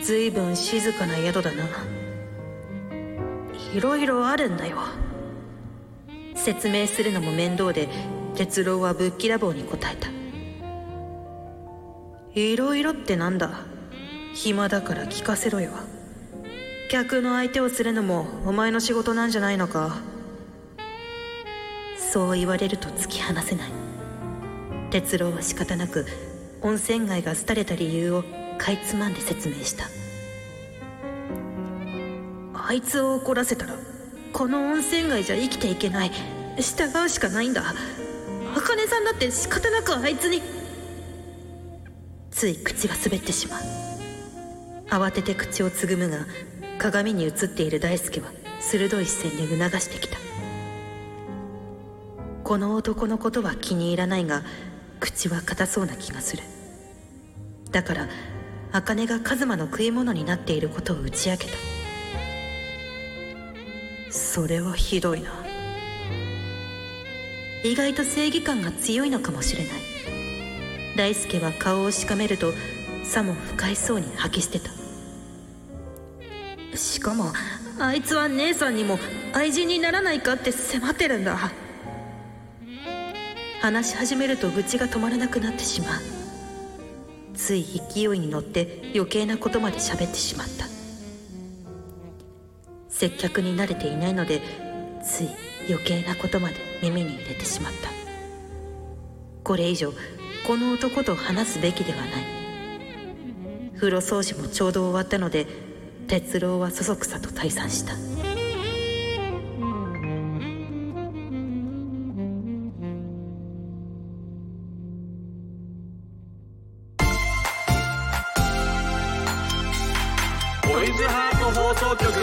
ずいぶん静かな宿だな。いろいろあるんだよ。説明するのも面倒で哲郎はぶっきらぼうに答えた。いろいろってなんだ。暇だから聞かせろよ。客の相手をするのもお前の仕事なんじゃないのか。そう言われると突き放せない。哲郎は仕方なく温泉街が廃れた理由をかいつまんで説明した。あいつを怒らせたらこの温泉街じゃ生きていけない。従うしかないんだ。茜さんだって仕方なくあいつに。つい口が滑ってしまう。慌てて口をつぐむが鏡に映っている大輔は鋭い視線で促してきた。この男のことは気に入らないが口は固そうな気がする。だから茜が一馬の食い物になっていることを打ち明けた。それはひどいな。意外と正義感が強いのかもしれない。大輔は顔をしかめるとさも不快そうに吐き捨てた。しかもあいつは姉さんにも愛人にならないかって迫ってるんだ。話し始めると愚痴が止まらなくなってしまう。つい勢いに乗って余計なことまで喋ってしまった。接客に慣れていないのでつい余計なことまで耳に入れてしまった。これ以上この男と話すべきではない。風呂掃除もちょうど終わったので哲郎はそそくさと退散した。 トイズハート放送局。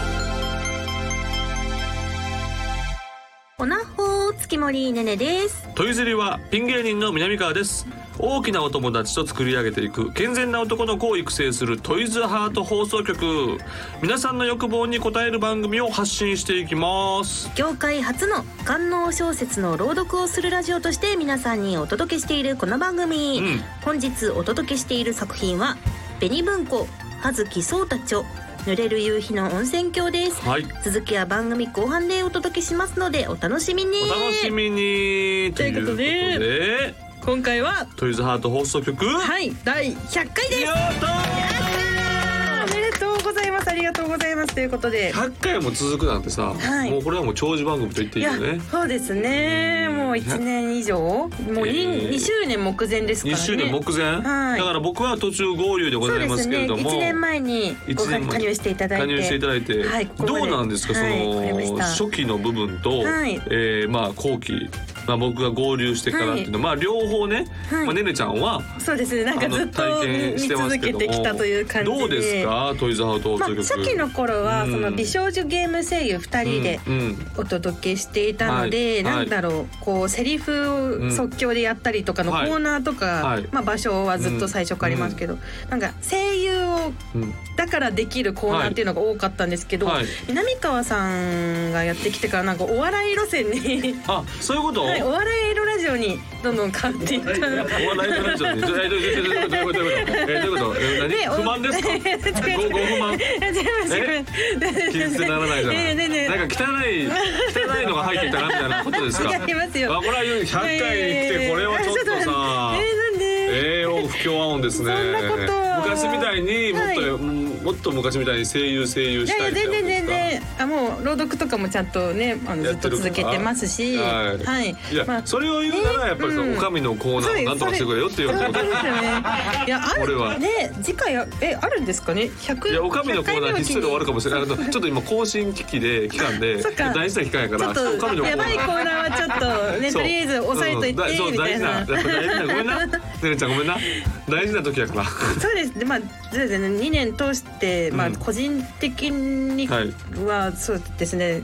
おなほー月森ねねです。 トイズリはピン芸人の南川です。大きなお友達と作り上げていく健全な男の子を育成するトイズハート放送局。皆さんの欲望に応える番組を発信していきます。 業界初の官能小説の朗読をするラジオとして皆さんにお届けしているこの番組、本日お届けしている作品は紅文庫葉月壮太著濡れる夕日の温泉郷です、続きは番組後半でお届けしますのでお楽しみに。 お楽しみにということで今回はトイズハート放送局第100回です。 やったー、 おめでとうございます。ありがとうございます。ということで 100回も続くなんてさ、もうこれはもう長寿番組と言っていいよね。 そうですね。もう1年以上もう 2周年目前ですからね。2 周年目前、だから僕は途中合流でございますけれども、 1年前にご加入していただいて、 どうなんですか、その初期の部分と、後期、僕が合流してからっていうのは、両方ね、ねねちゃんはそうですね、なんかずっと見続けてきたという感じで。 どうですかトイズハート放送局。 初期の頃はその美少女ゲーム声優2人でお届けしていたので、なんだろう、こうセリフを即興でやったりとかのコーナーとか、場所はずっと最初からありますけど、なんか声優をだからできるコーナーっていうのが多かったんですけど、南川さんがやってきてからなんかお笑い路線にそういうこと、 お笑い色ラジオにどんどん変わっていった。お笑い色ラジオにどういうこと不満ですか。ご不満。気にならないじゃない。なんか汚いのが入ってきたなみたいなことですか。 やりますよ。 これは100回に来てこれはちょっとさ、不協和音ですね。昔みたいにもっと昔みたいに声優したいってことですか。 全然もう朗読とかもちゃんとねずっと続けてますし、いやそれを言うならやっぱりお上のコーナーをなんとかしてくれよっていうことですよね。 いやこれはね次回あるんですかね。100。 いやお上のコーナーひっそり終わるかもしれないけど、ちょっと今更新期間で大事な期間やからちょっとやばいコーナーはちょっとねとりあえず押さえといてみたいな。 ごめんなねねちゃん、ごめんな、大事な時やから。 そうですね。そうですね、2年通して個人的にはそうですね、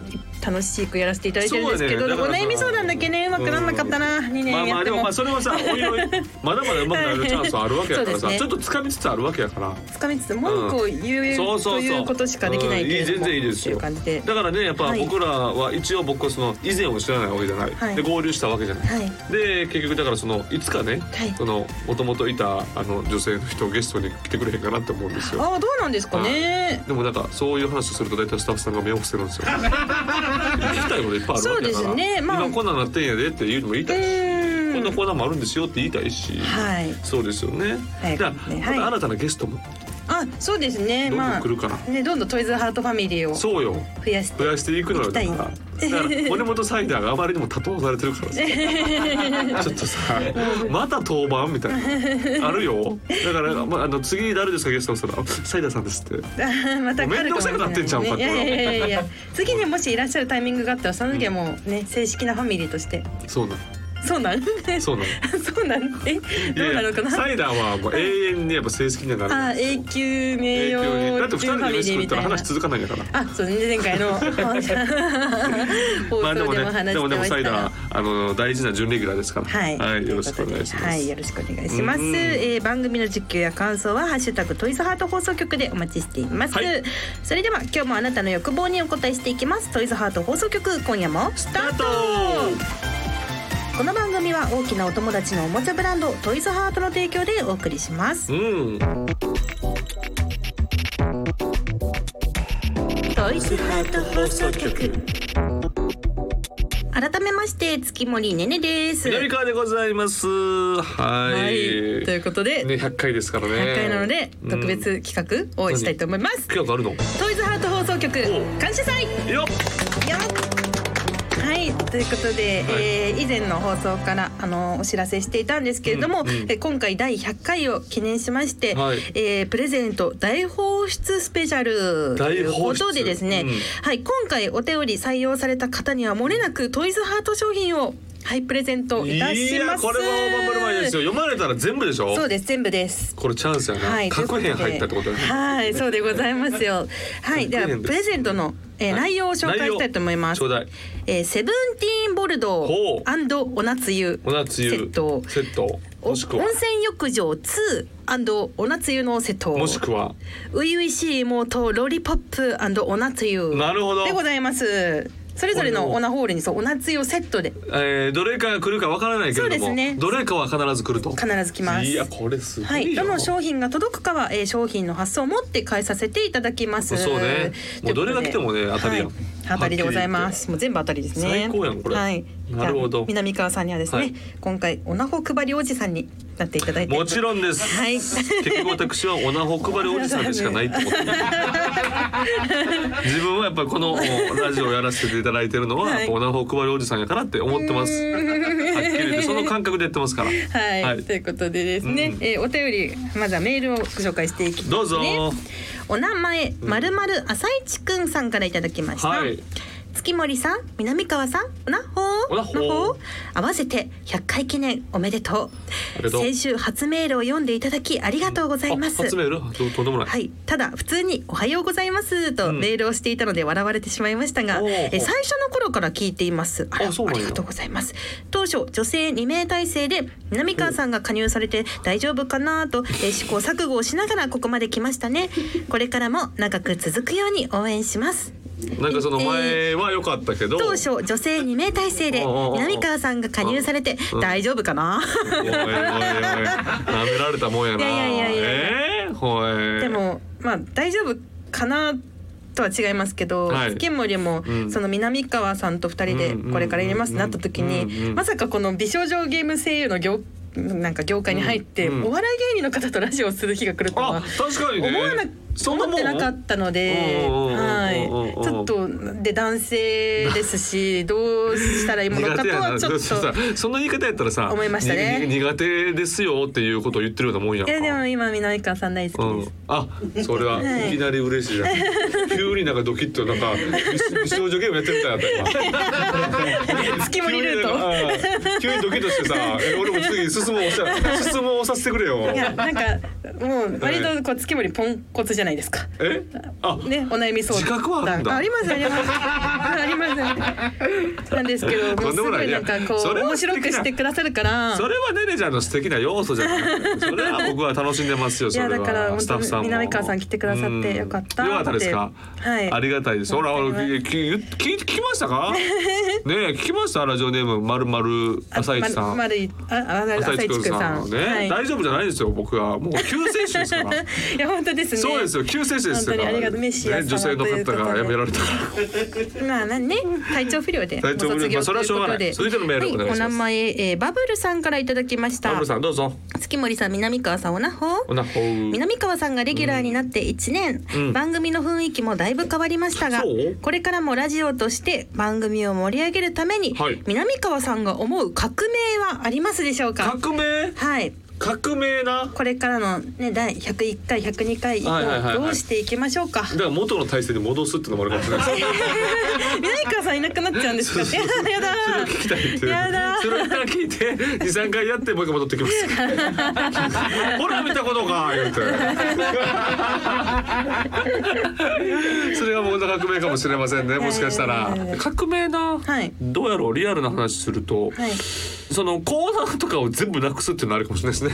楽しくやらせていただいてるんですけど、お悩み相談だけねうまくなんなかったな、2年やっても。 まあそれはさ、おいおいまだまだうまくなるチャンスあるわけやからさ、ちょっと掴みつつあるわけやから、 掴みつつ文句を言うということしかできないけれども、 全然いいですよ。だからね、やっぱ僕らは一応僕はその以前を知らないわけじゃない、で合流したわけじゃない、で結局だからそのいつかね、そのもともといた女性の人をゲストに来てくれへんかなって思うんですよ。 どうなんですかね。 でもなんかそういう話をすると大体スタッフさんが目を伏せるんですよ。聞きたいこといっぱいあるわけだから、今こんなんなってんやでっていうのも言いたいし、こんなコーナーもあるんですよって言いたいし、そうですよね。だからまた新たなゲストもそうですね。 どんどん来るからね、どんどんトイズハートファミリーを増やしていくのよ。だから森本サイダーがあまりにも多頭されてるからさちょっとさ、また当番みたいなあるよ。だから次誰ですかゲストの人がサイダーさんですってまた面倒くさくなってんちゃうかって。 いや次にもしいらっしゃるタイミングがあったら、その時はもうね、正式なファミリーとして。 そうなんそうなんどうなのかな。 サイダーはもう永遠にやっぱ正式になる。 永久名誉だって2人で飯食ったら話続かないんだから。 そうね、前回の放送でも話してました。 でもサイダー大事な準レギュラーですから、よろしくお願いします。 よろしくお願いします。番組の実況や感想はハッシュタグトイズハート放送局でお待ちしています。それでは今日もあなたの欲望にお答えしていきます。トイズハート放送局、今夜もスタート。この番組は大きなお友達のおもちゃブランドトイズハートの提供でお送りします。トイズハート放送局、改めまして月森ねねです。 南川でございます。ということで、 100回ですからね。 100回なので特別企画をしたいと思います。 企画あるの？ トイズハート放送局感謝祭よっ。ということで、以前の放送からお知らせしていたんですけれども、今回第100回を記念しまして、プレゼント大放出スペシャルということでですね、今回お手売り採用された方にはもれなくトイズハート商品をプレゼントいたします。 これは大盤振る舞いですよ。読まれたら全部でしょ。 そうです、全部です。 これチャンスやな。各編入ったってことだね。 そうでございますよ。ではプレゼントの内容を紹介したいと思います。セブンティーンボルドー&お夏湯セット、もしくは温泉浴場2&お夏湯のセット、 もしくは初々しい妹ロリポップ&お夏湯でございます。それぞれのオナホールにお夏湯セットで、 どれか来るかわからないけれども、どれかは必ず来ると。 必ず来ます。 いやこれすごいよ。 どの商品が届くかは、商品の発送を持って返させていただきます。 そうね。もうどれが来てもね当たりやん。 当たりでございます。もう全部当たりですね。 最高やんこれ。なるほど。 南川さんにはですね、今回オナホ配りおじさんになっていただいて。 もちろんです。結局私はオナホ配りおじさんでしかないと思って。自分はやっぱりこのラジオをやらせていただいてるのはオナホ配りおじさんやからって思ってます。はっきり言ってその感覚でやってますから。 ということでですね、お便りまずはメールをご紹介していきますね。 どうぞ。 お名前まるまる朝市くんさんからいただきました。月森さん、南川さん、おなほ合わせて100回記念おめでとう。先週初メールを読んでいただきありがとうございます。 初メール？とんでもない。 ただ普通におはようございますとメールをしていたので笑われてしまいましたが、最初の頃から聞いています。ありがとうございます。当初女性2名体制で南川さんが加入されて大丈夫かなと試行錯誤をしながらここまで来ましたね。これからも長く続くように応援します。 なんかその前は良かったけど、 当初女性2名体制で南川さんが加入されて大丈夫かな。 おい舐められたもんやな。 でも大丈夫かなとは違いますけど、月森もその南川さんと2人でこれから入れますってなった時に、まさかこの美少女ゲーム声優の業界に入ってお笑い芸人の方とラジオをする日が来るとは思ってなかったので、ちょっとで男性ですしどうしたらいいものかとはちょっとその言い方やったらさ思いましたね。 苦手ですよっていうことを言ってるようなもんやんか。 でも今南川さん大好きです。 それはいきなり嬉しいじゃん。急になんかドキッとなんか美少女ゲームやってみたいなった月森ルート急にドキッとしてさ、俺も次進もうさせてくれよ。 いやなんかもう割とこう月森ポンコツじゃないですか。 あ、 ね、お悩み相談。 自覚はあるんだ。 ありますありますあります。なんですけど、もうすごいなんかこう面白くしてくださるから。 それはねねちゃんの素敵な要素じゃない。それは僕は楽しんでますよ。それは。いやだからスタッフさんも南川さん来てくださってよかった。 よかったですか。 はい。 ありがたいです。ほら聞きましたか。ね聞きました。ラジオネームまるまる朝市さん。 朝市くんさんね、大丈夫じゃないですよ。僕はもう救世主ですから。 いや本当ですね。 そうですよ。救世主ですよ。 本当にありがとう。メシア様女性の方がやめられたから。 まあね、体調不良で体調不良、それはしょうがない。続いてのメールお願いします。 お名前バブルさんからいただきました。 バブルさんどうぞ。 月森さん、南川さん、おなほ。 おなほ。 南川さんがレギュラーになって1年、番組の雰囲気もだいぶ変わりましたが、これからもラジオとして番組を盛り上げるために、南川さんが思う革命はありますでしょうか。 革命？ はい。 革命な。 これからのね第101回102回をどうしていきましょうか。 だから元の体制に戻すってのもあるかもしれないです。 南川さんいなくなっちゃうんですか。やだ。 それを聞きたいって。やだ。それを聞いて2、3回やってもう一回戻ってきます。ほら見たことか言って。それが僕の革命かもしれませんね。もしかしたら革命な。どうやろう、リアルな話すると、そのコーナーとかを全部なくすっていうのあるかもしれないですね。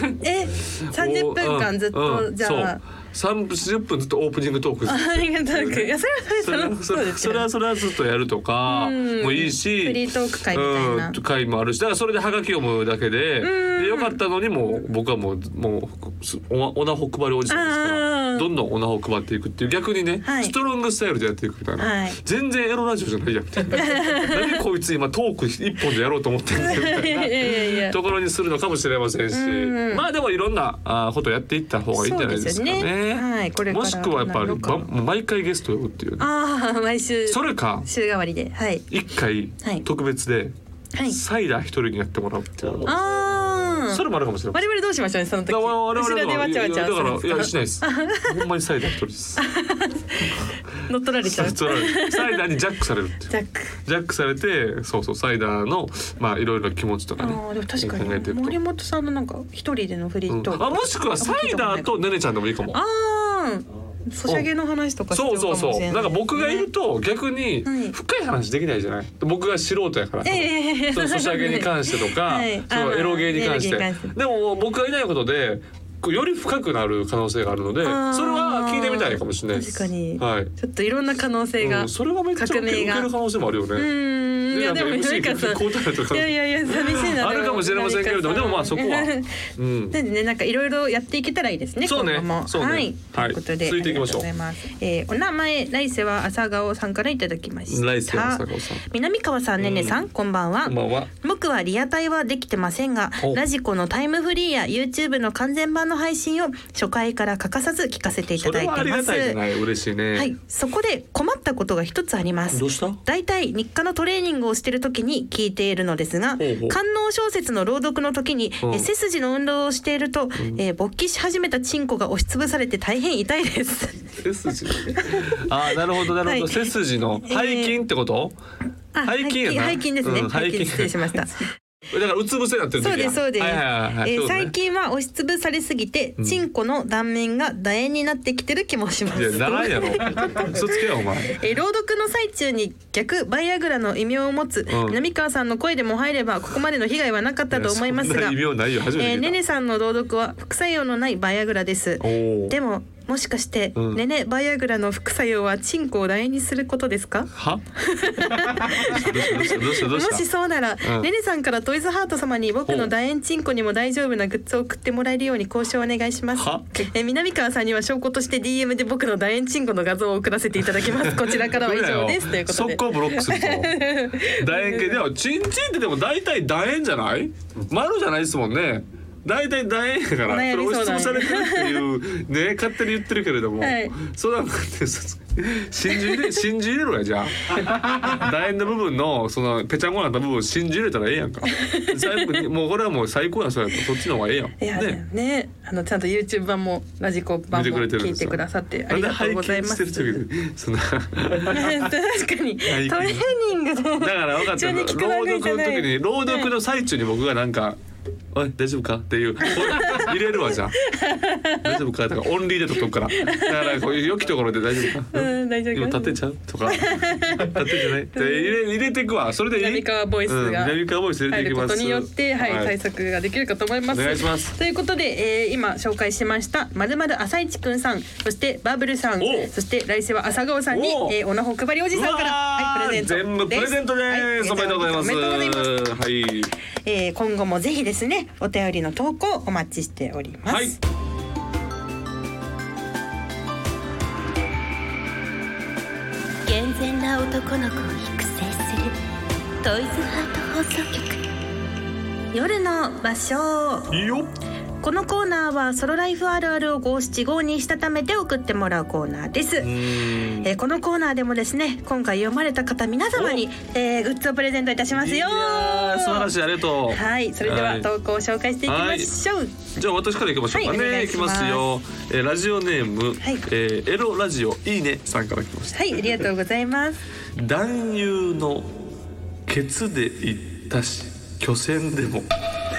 30分間ずっとじゃあ 30分ずっとオープニングトーク。 いやそれはずっとやるとかもいいし、 フリートーク会みたいな会もあるし、だからそれでハガキ読むだけでよかったのに、もう僕はもうオナホ配るおじさんですから、どんどんオナホ配っていくっていう、逆にねストロングスタイルでやっていくみたいな。全然エロラジオじゃないやみたいな。何こいつ今トーク一本でやろうと思ってるんだみたいなところにするのかもしれませんし、まあでもいろんなことやっていった方がいいんじゃないですかね。もしくはやっぱり毎回ゲスト呼ぶっていう、 毎週それか週替わりで 1回特別でサイダー一人にやってもらうっていう、それもあるかもしれない。 我々どうしましょうね、その時。後ろでわちゃわちゃ。 だからいやしないです。ほんまにサイダー一人です。 乗っ取られちゃう。 サイダーにジャックされるって。ジャックされて、そうサイダーのまあいろいろ気持ちとかね。 でも確かに森本さんのなんか一人でのフリートーク。 もしくはサイダーとねねちゃんでもいいかも。 ソシャゲの話とかそうなんか僕がいると逆に深い話できないじゃない。僕が素人やから、ソシャゲに関してとかエロゲーに関して。でも僕がいないことでより深くなる可能性があるので、それは聞いてみたいかもしれないです。 確かに、ちょっといろんな可能性が、 それはめっちゃ受ける可能性もあるよね。 いやでもなんかさ、いや寂しいな。 あるかもしれませんけれども、でもまあそこはなんでね、なんかいろいろやっていけたらいいですね。 そうね。 はい。ということで続いていきましょう。 お名前来世は朝顔さんからいただきました。 来世は朝顔さん。 南川さん、ねねさん、こんばんは。 こんばんは。 僕はリアタイはできてませんが、ラジコのタイムフリーや YouTube の完全版の配信を初回から欠かさず聞かせていただいています。それはありがたいじゃない。嬉しいね。はい。そこで困ったことが一つあります。 どうした？ だいたい日課のトレーニングをしている時に聞いているのですが、官能小説の朗読の時に背筋の運動をしていると、勃起し始めたチンコが押しつぶされて大変痛いです。 背筋なるほどなるほど、背筋の背筋ってこと？背筋やな。 背筋ですね。背筋失礼しました。 だからうつ伏せになってる時。 そうです。最近は押しつぶされすぎて、チンコの断面が楕円になってきてる気もします。 いやならんやろ。嘘つけよお前。 朗読の最中に逆バイアグラの異名を持つ南川さんの声でも入ればここまでの被害はなかったと思いますが、ねねさんの朗読は副作用のないバイアグラです。でももしかしてねねバイアグラの副作用はチンコを楕円にすることですか？ は？ もしそうなら、ねねさんからトイズハート様に僕の楕円チンコにも大丈夫なグッズを送ってもらえるように交渉お願いします。南川さんには証拠として DM で僕の楕円チンコの画像を送らせていただきます。こちらからは以上ですということで。 速攻ブロックするぞ。楕円系ではチンチンってでも大体楕円じゃない？丸じゃないですもんね。大体楕円やからそれ押しつぶされてるっていうね勝手に言ってるけれども、そうなんて真珠入れろや。じゃあ楕円の部分のそのぺちゃんこになった部分真珠入れたらええやんか。もうこれはもう最高や。それそっちの方がええやん。 いやね、ちゃんと YouTube 版もラジコ版も聞いてくださってありがとうございます。確かにトレーニングでだから分かった。朗読の時に朗読の最中に僕がなんかおい大丈夫かっていう入れるわじゃあ。大丈夫か？だからオンリーで撮っとくから。だからこういう良きところで大丈夫か？ 大丈夫。 今立てちゃうとか。立てじゃない。入れていくわ。それでいい。 南川ボイスが南川ボイス入れていきます。 ことによって対策ができるかと思います。 お願いします。 ということで今紹介しましたまるまる朝市くんさん、そしてバブルさん、そして来世は朝顔さんにおなほ配りおじさんからプレゼントです。 全部プレゼントです。おめでとうございます。はい。 今後もぜひですねお便りの投稿お待ちしております。はい。 健全な男の子を育成するトイズハート放送局。 夜の場所。 いいよ。 このコーナーはソロライフあるあるを五七五にしたためて送ってもらうコーナーです。このコーナーでもですね今回読まれた方皆様に、グッズをプレゼントいたしますよ。 いや素晴らしい、ありがとう。 はい、それでは投稿を紹介していきましょう。 じゃあ私からいきましょうかね。はい、いきますよ。ラジオネーム、エロラジオいいねさんから来ました。 はい、ありがとうございます。 男優のケツで言ったし巨船でも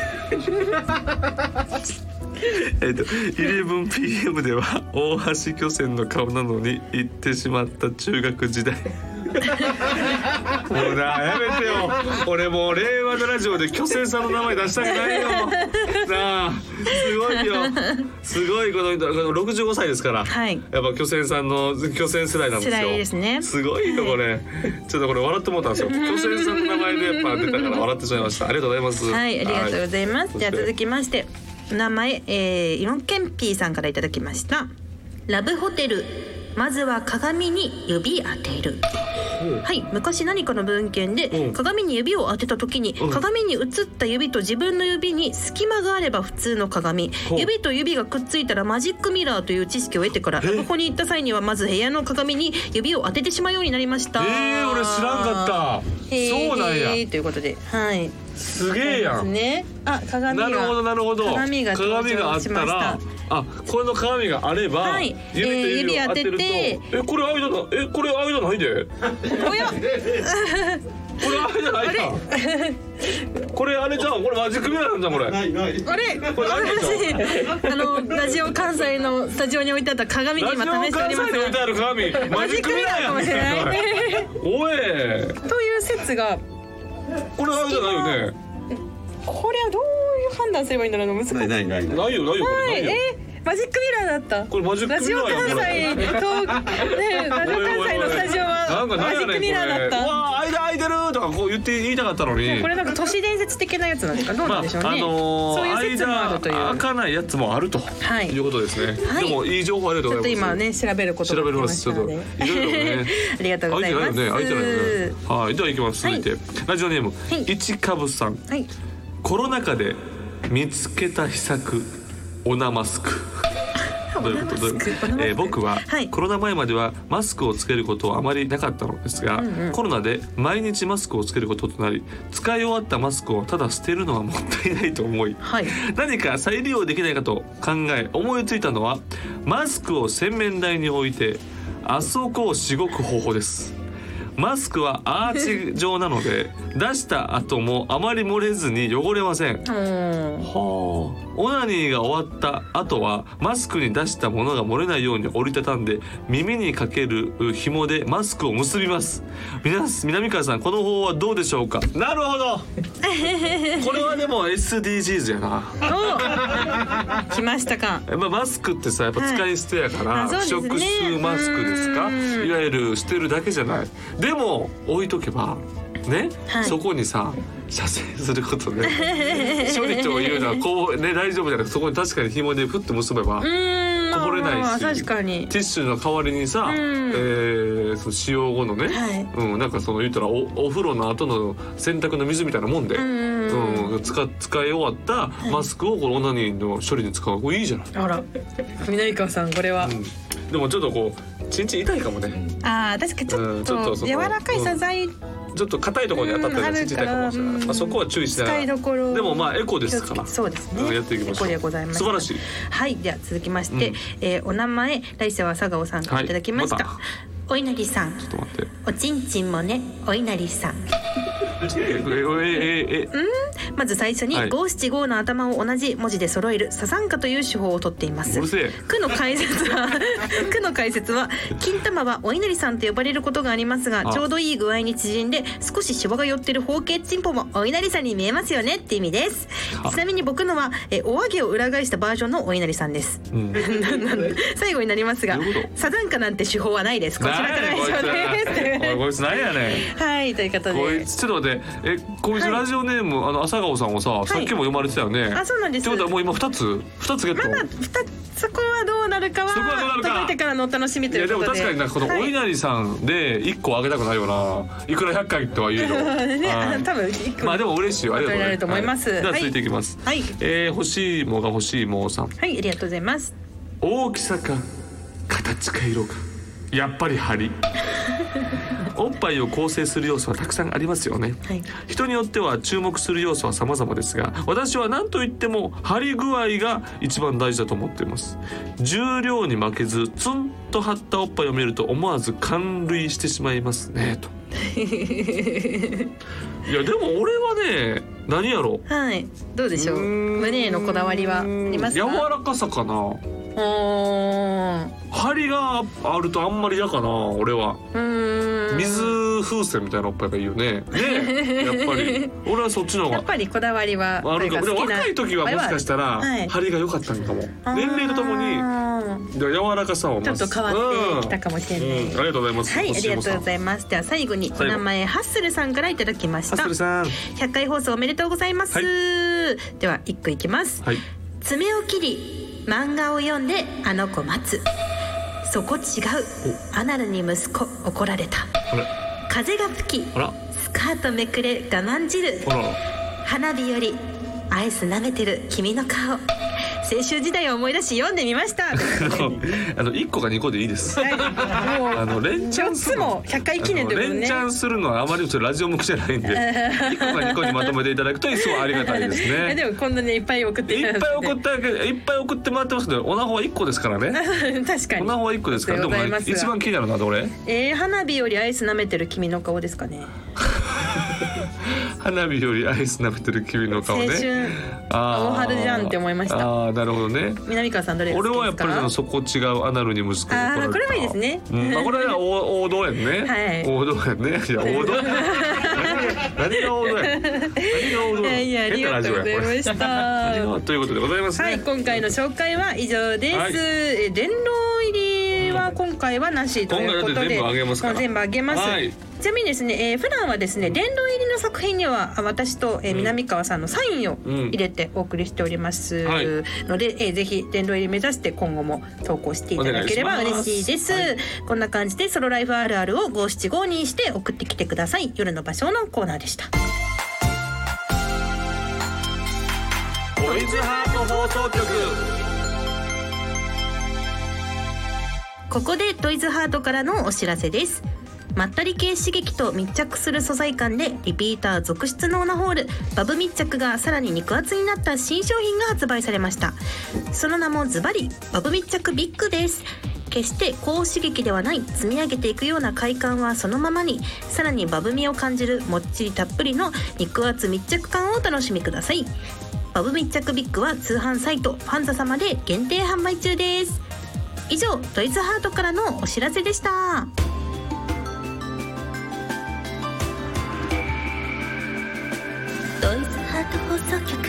11pm では大橋巨船の顔なのに行ってしまった中学時代。もうなやめてよ。俺もう令和のラジオで巨船さんの名前出したくないよ。なあすごいよ。すごいこの人65歳ですから、はい、やっぱ巨船さんの巨船世代なんですよ。 世代ですね。 すごいよこれ。ちょっとこれ笑ってもらったんですよ。巨船さんの名前でやっぱ出たから笑ってしまいました。ありがとうございます。 はい、ありがとうございます。じゃあ続きましてお名前、イモンケンピーさんからいただきました。ラブホテル、まずは鏡に指当てる。はい、昔何かの文献で鏡に指を当てた時に鏡に映った指と自分の指に隙間があれば普通の鏡、指と指がくっついたらマジックミラーという知識を得てからラブホに行った際にはまず部屋の鏡に指を当ててしまうようになりました。 俺知らんかった。そうなんや。 ということで、はい、 すげえやん。 ね、鏡が、 なるほど。 鏡があったら、 この鏡があれば、はい、指当てると、これ間だ。これ間ないで。 おや。 これ間ないか。これあれじゃん。これマジックミラーなんじゃんこれ。 あれ？これラジオ関西のスタジオに置いてあった鏡に今試しておりますが。 ラジオ関西に置いてある鏡。 マジックミラーかもしれない。 おい。 という説が。 これあれじゃないよね。 これはどういう判断すればいいんだろう。難しい。 ないよこれないよ。 マジックミラーだった。 これマジックミラーや。 ラジオ関西のスタジオはマジックミラーだった。 わあ間空いてるとかこう言いたかったのに。 これなんか都市伝説的なやつなんですか。どうなんでしょうね。そういう説もあるという。 開かないやつもあるということですね。でもいい情報ありがとうございます。 ちょっと今ね調べることができましたので。 いろいろね。 ありがとうございます。 開いてないよね。はい。では行きます。続いてラジオネーム一株さん。コロナ禍で見つけた秘策オナマスク。どういうこと？僕はコロナ前まではマスクをつけることはあまりなかったのですが、コロナで毎日マスクをつけることとなり、使い終わったマスクをただ捨てるのはもったいないと思い、何か再利用できないかと考え思いついたのはマスクを洗面台に置いてあそこをしごく方法です。マスクはアーチ状なので出した後もあまり漏れずに汚れません。オナニーが終わった後はマスクに出したものが漏れないように折りたたんで耳にかける紐でマスクを結びます。南川さんこの方法はどうでしょうか。なるほど。これはでも SDGs やな。 来ましたか。 マスクってさやっぱ使い捨てやから、不織布マスクですか。いわゆる捨てるだけじゃない。でも置いとけばね、そこにさ射精することで処理というのはこうね大丈夫じゃなくてそこに確かに紐でふって結べばこぼれないし、 確かにティッシュの代わりにさ、その使用後のね、なんかその言ったら お風呂の後の洗濯の水みたいなもんで、使い終わったマスクをこのオナニーの処理に使う。これいいじゃない。 あら南川さんこれは、 でもちょっとこうチンチン痛いかもね。 確かにちょっと柔らかい素材、 ちょっと硬いところに当たったりチンチン痛いかもしれない。そこは注意しながら。でもエコですから。 そうですね。 やっていきましょう。 エコでございます。 素晴らしい。 はい、では続きまして、お名前来世は佐川さんからいただきました。お稲荷さん。 ちょっと待って。 おちんちんもね、お稲荷さん。 まず最初に五七五の頭を同じ文字で揃えるサザンカという手法をとっています。句の解説は金玉はお稲荷さんと呼ばれることがありますが、ちょうどいい具合に縮んで少しシワが寄ってる方形チンポもお稲荷さんに見えますよねって意味です。ちなみに僕のはお揚げを裏返したバージョンのお稲荷さんです、最後になりますがサザンカなんて手法はないです。こちらから以上です。 こいつ何やねん。はい、ということでこいつちょっと待って、こいつラジオネーム朝顔さんをさ、さっきも読まれてたよね。 あ、そうなんです。 ってことはもう今2つゲット。 まだそこはどうなるかは届いてからのお楽しみということで。 いやでも確かにこのお稲荷さんで1個あげたくないよな。いくら100回とは言えど多分まあでも嬉しいよ。ありがとうございます。 と思います。 では続いていきます。 はい。 欲しいもが欲しいもさん。 はい、ありがとうございます。 大きさか形か色かやっぱり張りおっぱいを構成する要素はたくさんありますよね、はい、人によっては注目する要素は様々ですが、私は何といっても張り具合が一番大事だと思っています。重量に負けずツンと張ったおっぱいを見ると思わず感涙してしまいますねといやでも俺はね、何やろ、 はい、どうでしょう。胸へのこだわりはありますか？ 柔らかさかな。張りがあるとあんまり嫌かな俺は。水風船みたいなおっぱいがいいよね。ね、やっぱり俺はそっちの方がやっぱりこだわりはあるかも。で若い時はもしかしたら張りが良かったのかも。年齢とともに柔らかさをちょっと変わってきたかもしれない。 ありがとうございます。 はい、ありがとうございます。では最後にお名前ハッスルさんからいただきました。 ハッスルさん、 100回放送おめでとうございます、では一句いきます、爪を切り漫画を読んであの子待つ、そこ違うアナルに息子怒られた、風が吹きスカートめくれ我慢汁、花火よりアイス舐めてる君の顔、青春時代を思い出し読んでみました 1個か2個でいいです。連チャンするの 4つも100回記念ということね。 連チャンするのはあまりラジオ向きじゃないんで1個か2個にまとめていただくとすごいありがたいですねでもこんなねいっぱい送っていただいていっぱい送ってもらってますけど、オナホは1個ですからね確かにオナホは1個ですから。でも一番気になるのはどれ？ 花火よりアイス舐めてる君の顔ですかね花火よりアイス舐めてる君の顔ね。 青春大春じゃんって思いました。 ああ、なるほどね。 南川さんどれが好きですか？ 俺はやっぱりそこ違うアナルに息子が怒られた。 これもいいですね。 これは王道やんね。はい。王道やんね。いや王道。何が王道や。何が王道や。 いやありがとうございました。 ということでございますね。 はい、今回の紹介は以上です。殿堂入りは今回はなしということで、 全部あげますから。 全部あげます。ちなみにですね、普段はですね殿堂入りの作品には私と、南川さんのサインを入れてお送りしておりますので、ぜひ殿堂入り目指して今後も投稿していただければ嬉しいです。こんな感じでソロライフあるあるを五七五にして送ってきてください。夜の場所のコーナーでした。 トイズハート放送局。 ここでトイズハートからのお知らせです。まったり系刺激と密着する素材感でリピーター続出のオナホールバブ密着がさらに肉厚になった新商品が発売されました。その名もズバリバブ密着ビッグです。決して高刺激ではない積み上げていくような快感はそのままに、さらにバブみを感じるもっちりたっぷりの肉厚密着感をお楽しみください。バブ密着ビッグは通販サイトファンザ様で限定販売中です。以上トイズハートからのお知らせでした。 トイズハート放送局。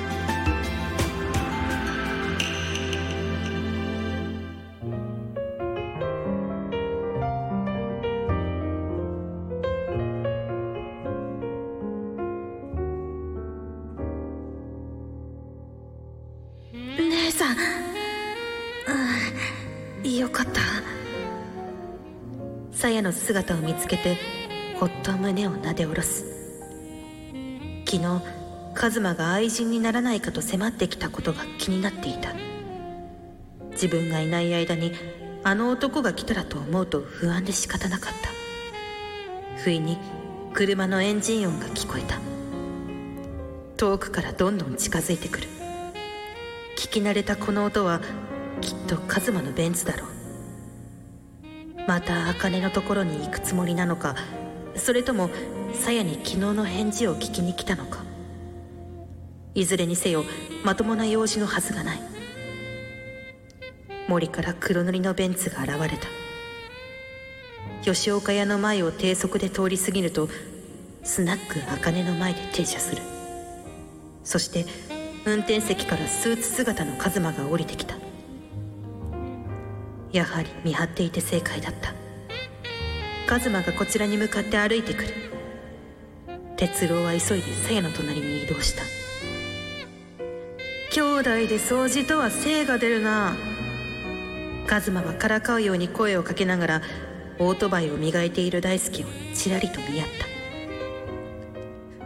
姉さん、よかった。さやの姿を見つけてほっと胸をなで下ろす。昨日カズマが愛人にならないかと迫ってきたことが気になっていた。自分がいない間にあの男が来たらと思うと不安で仕方なかった。不意に車のエンジン音が聞こえた。遠くからどんどん近づいてくる。聞き慣れたこの音はきっとカズマのベンツだろう。また茜のところに行くつもりなのか、それともさやに昨日の返事を聞きに来たのか。 いずれにせよまともな用事のはずがない。森から黒塗りのベンツが現れた。吉岡屋の前を低速で通り過ぎると、スナック茜の前で停車する。そして運転席からスーツ姿の一馬が降りてきた。やはり見張っていて正解だった。一馬がこちらに向かって歩いてくる。哲郎は急いで鞘の隣に移動した。兄弟で掃除とは精が出るな。一馬はからかうように声をかけながらオートバイを磨いている大輔をちらりと見合った。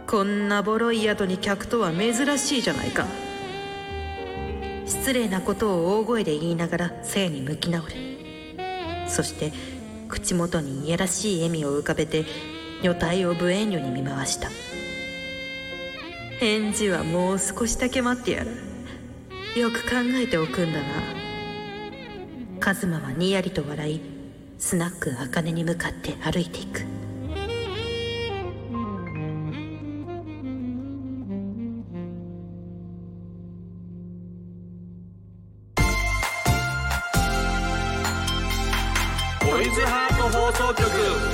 こんなボロい宿に客とは珍しいじゃないか。失礼なことを大声で言いながら鞘に向き直る。そして口元にいやらしい笑みを浮かべて女体を無遠慮に見回した。返事はもう少しだけ待ってやる。よく考えておくんだな。一馬はにやりと笑い、スナック茜に向かって歩いていく。 トイズハート放送局。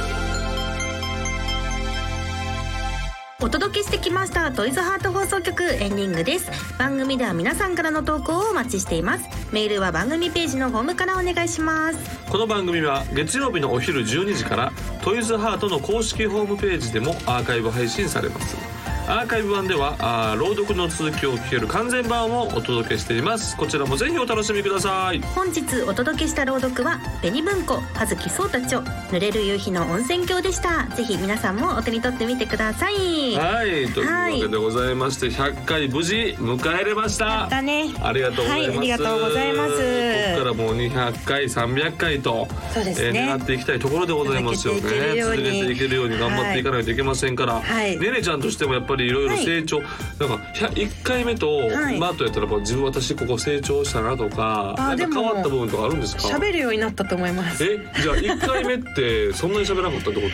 お届けしてきましたトイズハート放送局エンディングです。番組では皆さんからの投稿をお待ちしています。メールは番組ページのホームからお願いします。 この番組は月曜日のお昼12時からトイズハートの公式ホームページでもアーカイブ配信されます。アーカイブ版では朗読の続きを聞ける完全版をお届けしています。こちらもぜひお楽しみください。 本日お届けした朗読は紅文庫葉月壮太著濡れる夕日の温泉郷でした。ぜひ皆さんもお手に取ってみてください。 はい、というわけでございまして、100回無事迎えれました。 やったね。 ありがとうございます。 はい、ありがとうございます。こここからもう200回300回と、 そうですね、 狙っていきたいところでございますよね。続けていけるように頑張っていかないといけませんから、 はい、 ねねちゃんとしてもやっぱりいろいろ成長、なんか1回目と今とやったら自分私ここ成長したなとか、なんか変わった部分とかあるんですか？ 喋るようになったと思います。 じゃあ1回目ってそんなに喋らなかったってこと？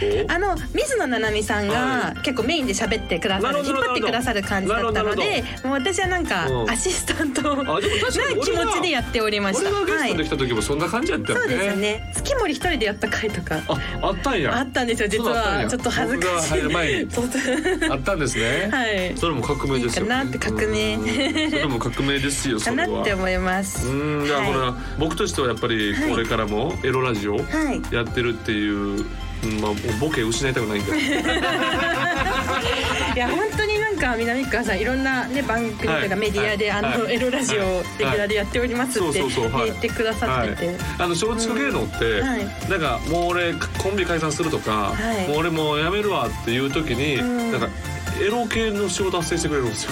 水野七海さんが結構メインで喋ってくださる、引っ張ってくださる感じだったので、もう私はなんかアシスタントな気持ちでやっておりました。 俺がゲストで来た時もそんな感じやったよね。 そうですよね。月森一人でやった回とかあったんや。 あったんですよ。実はちょっと恥ずかしい。 入る前にあったんですね。 はい。 それも革命ですよ。 かなって革命。 それも革命ですよ。それは。 かなって思います。 じゃあこれは僕としてはやっぱりこれからもエロラジオやってるっていう、まあボケ失いたくないんだ。 いや本当になんか南川さんいろんなね番組とかメディアでエロラジオレギュラーでやっておりますって言ってくださってて、 松竹芸能ってなんかもう俺コンビ解散するとか、もう俺もうやめるわっていう時になんかエロ系の仕事斡旋してくれるんですよ。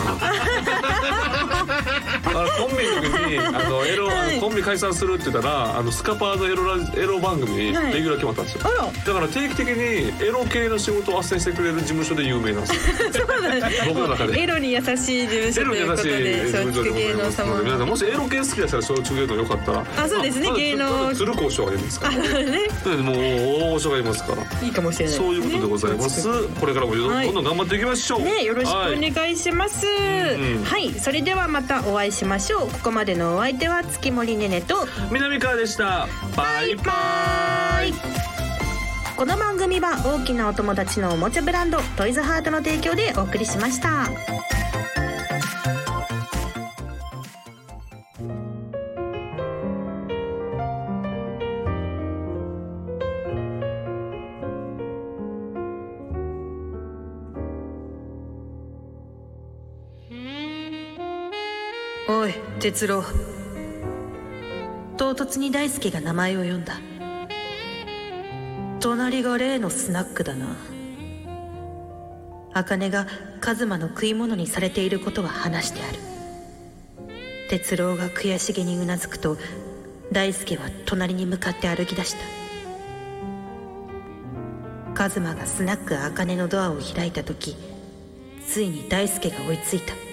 コンビの時にコンビ解散するって言ったらスカパーのエロ番組にレギュラー決まったんですよ。だから定期的にエロ系の仕事を斡旋してくれる事務所で有名なんですよ。僕の中でエロに優しい事務所ということで松竹芸能様、 皆さんもしエロ系好きでしたら松竹芸能よかったら、 そうですね、芸能鶴光師匠がいますからもう大御所がいますからいいかもしれないですね。 そういうことでございます。これからもどんどん頑張っていきましょうね。よろしくお願いします。はい、それではまたお会いしましょう。ここまでのお相手は月森ねねと南川でした。バイバイ。 この番組は大きなお友達のおもちゃブランドトイズハートの提供でお送りしました。 おい哲郎。 唐突に大輔が名前を呼んだ。 隣が例のスナックだな。 茜が一馬の食い物にされていることは話してある。哲郎が悔しげにうなずくと大輔は隣に向かって歩き出した。一馬がスナック茜のドアを開いた時、ついに大輔が追いついた。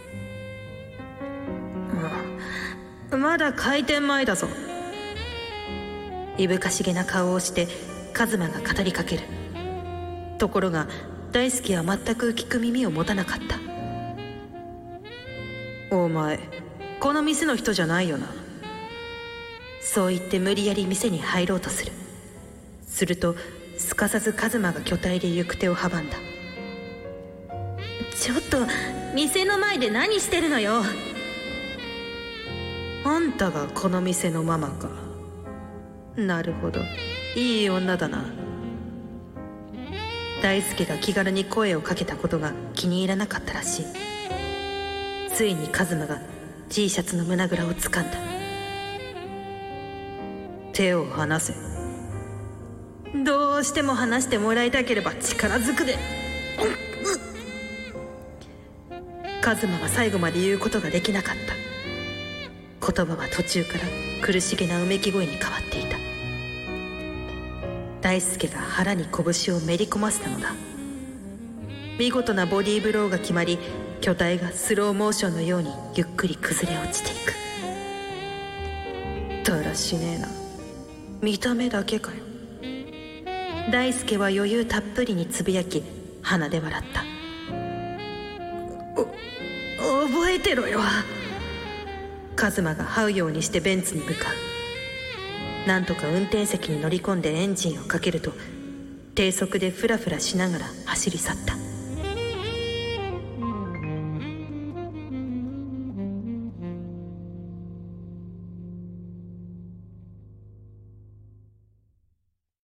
まだ開店前だぞ。 いぶかしげな顔をして一馬が語りかける。ところが大輔は全く聞く耳を持たなかった。 お前この店の人じゃないよな。そう言って無理やり店に入ろうとする。するとすかさずカズマが巨体で行く手を阻んだ。ちょっと店の前で何してるのよ。あんたがこの店のママか。なるほど、いい女だな。大輔が気軽に声をかけたことが気に入らなかったらしい。ついにカズマが T シャツの胸ぐらを掴んだ。手を離せ。どうしても離してもらいたければ力ずくで。カズマは最後まで言うことができなかった。言葉は途中から苦しげなうめき声に変わっていた。大輔が腹に拳をめり込ませたのだ。見事なボディーブローが決まり、巨体がスローモーションのようにゆっくり崩れ落ちていく。だらしねえな、見た目だけかよ。大輔は余裕たっぷりにつぶやき鼻で笑った。覚えてろよ。カズマが這うようにしてベンツに向かう。なんとか運転席に乗り込んでエンジンをかけると低速でフラフラしながら走り去った。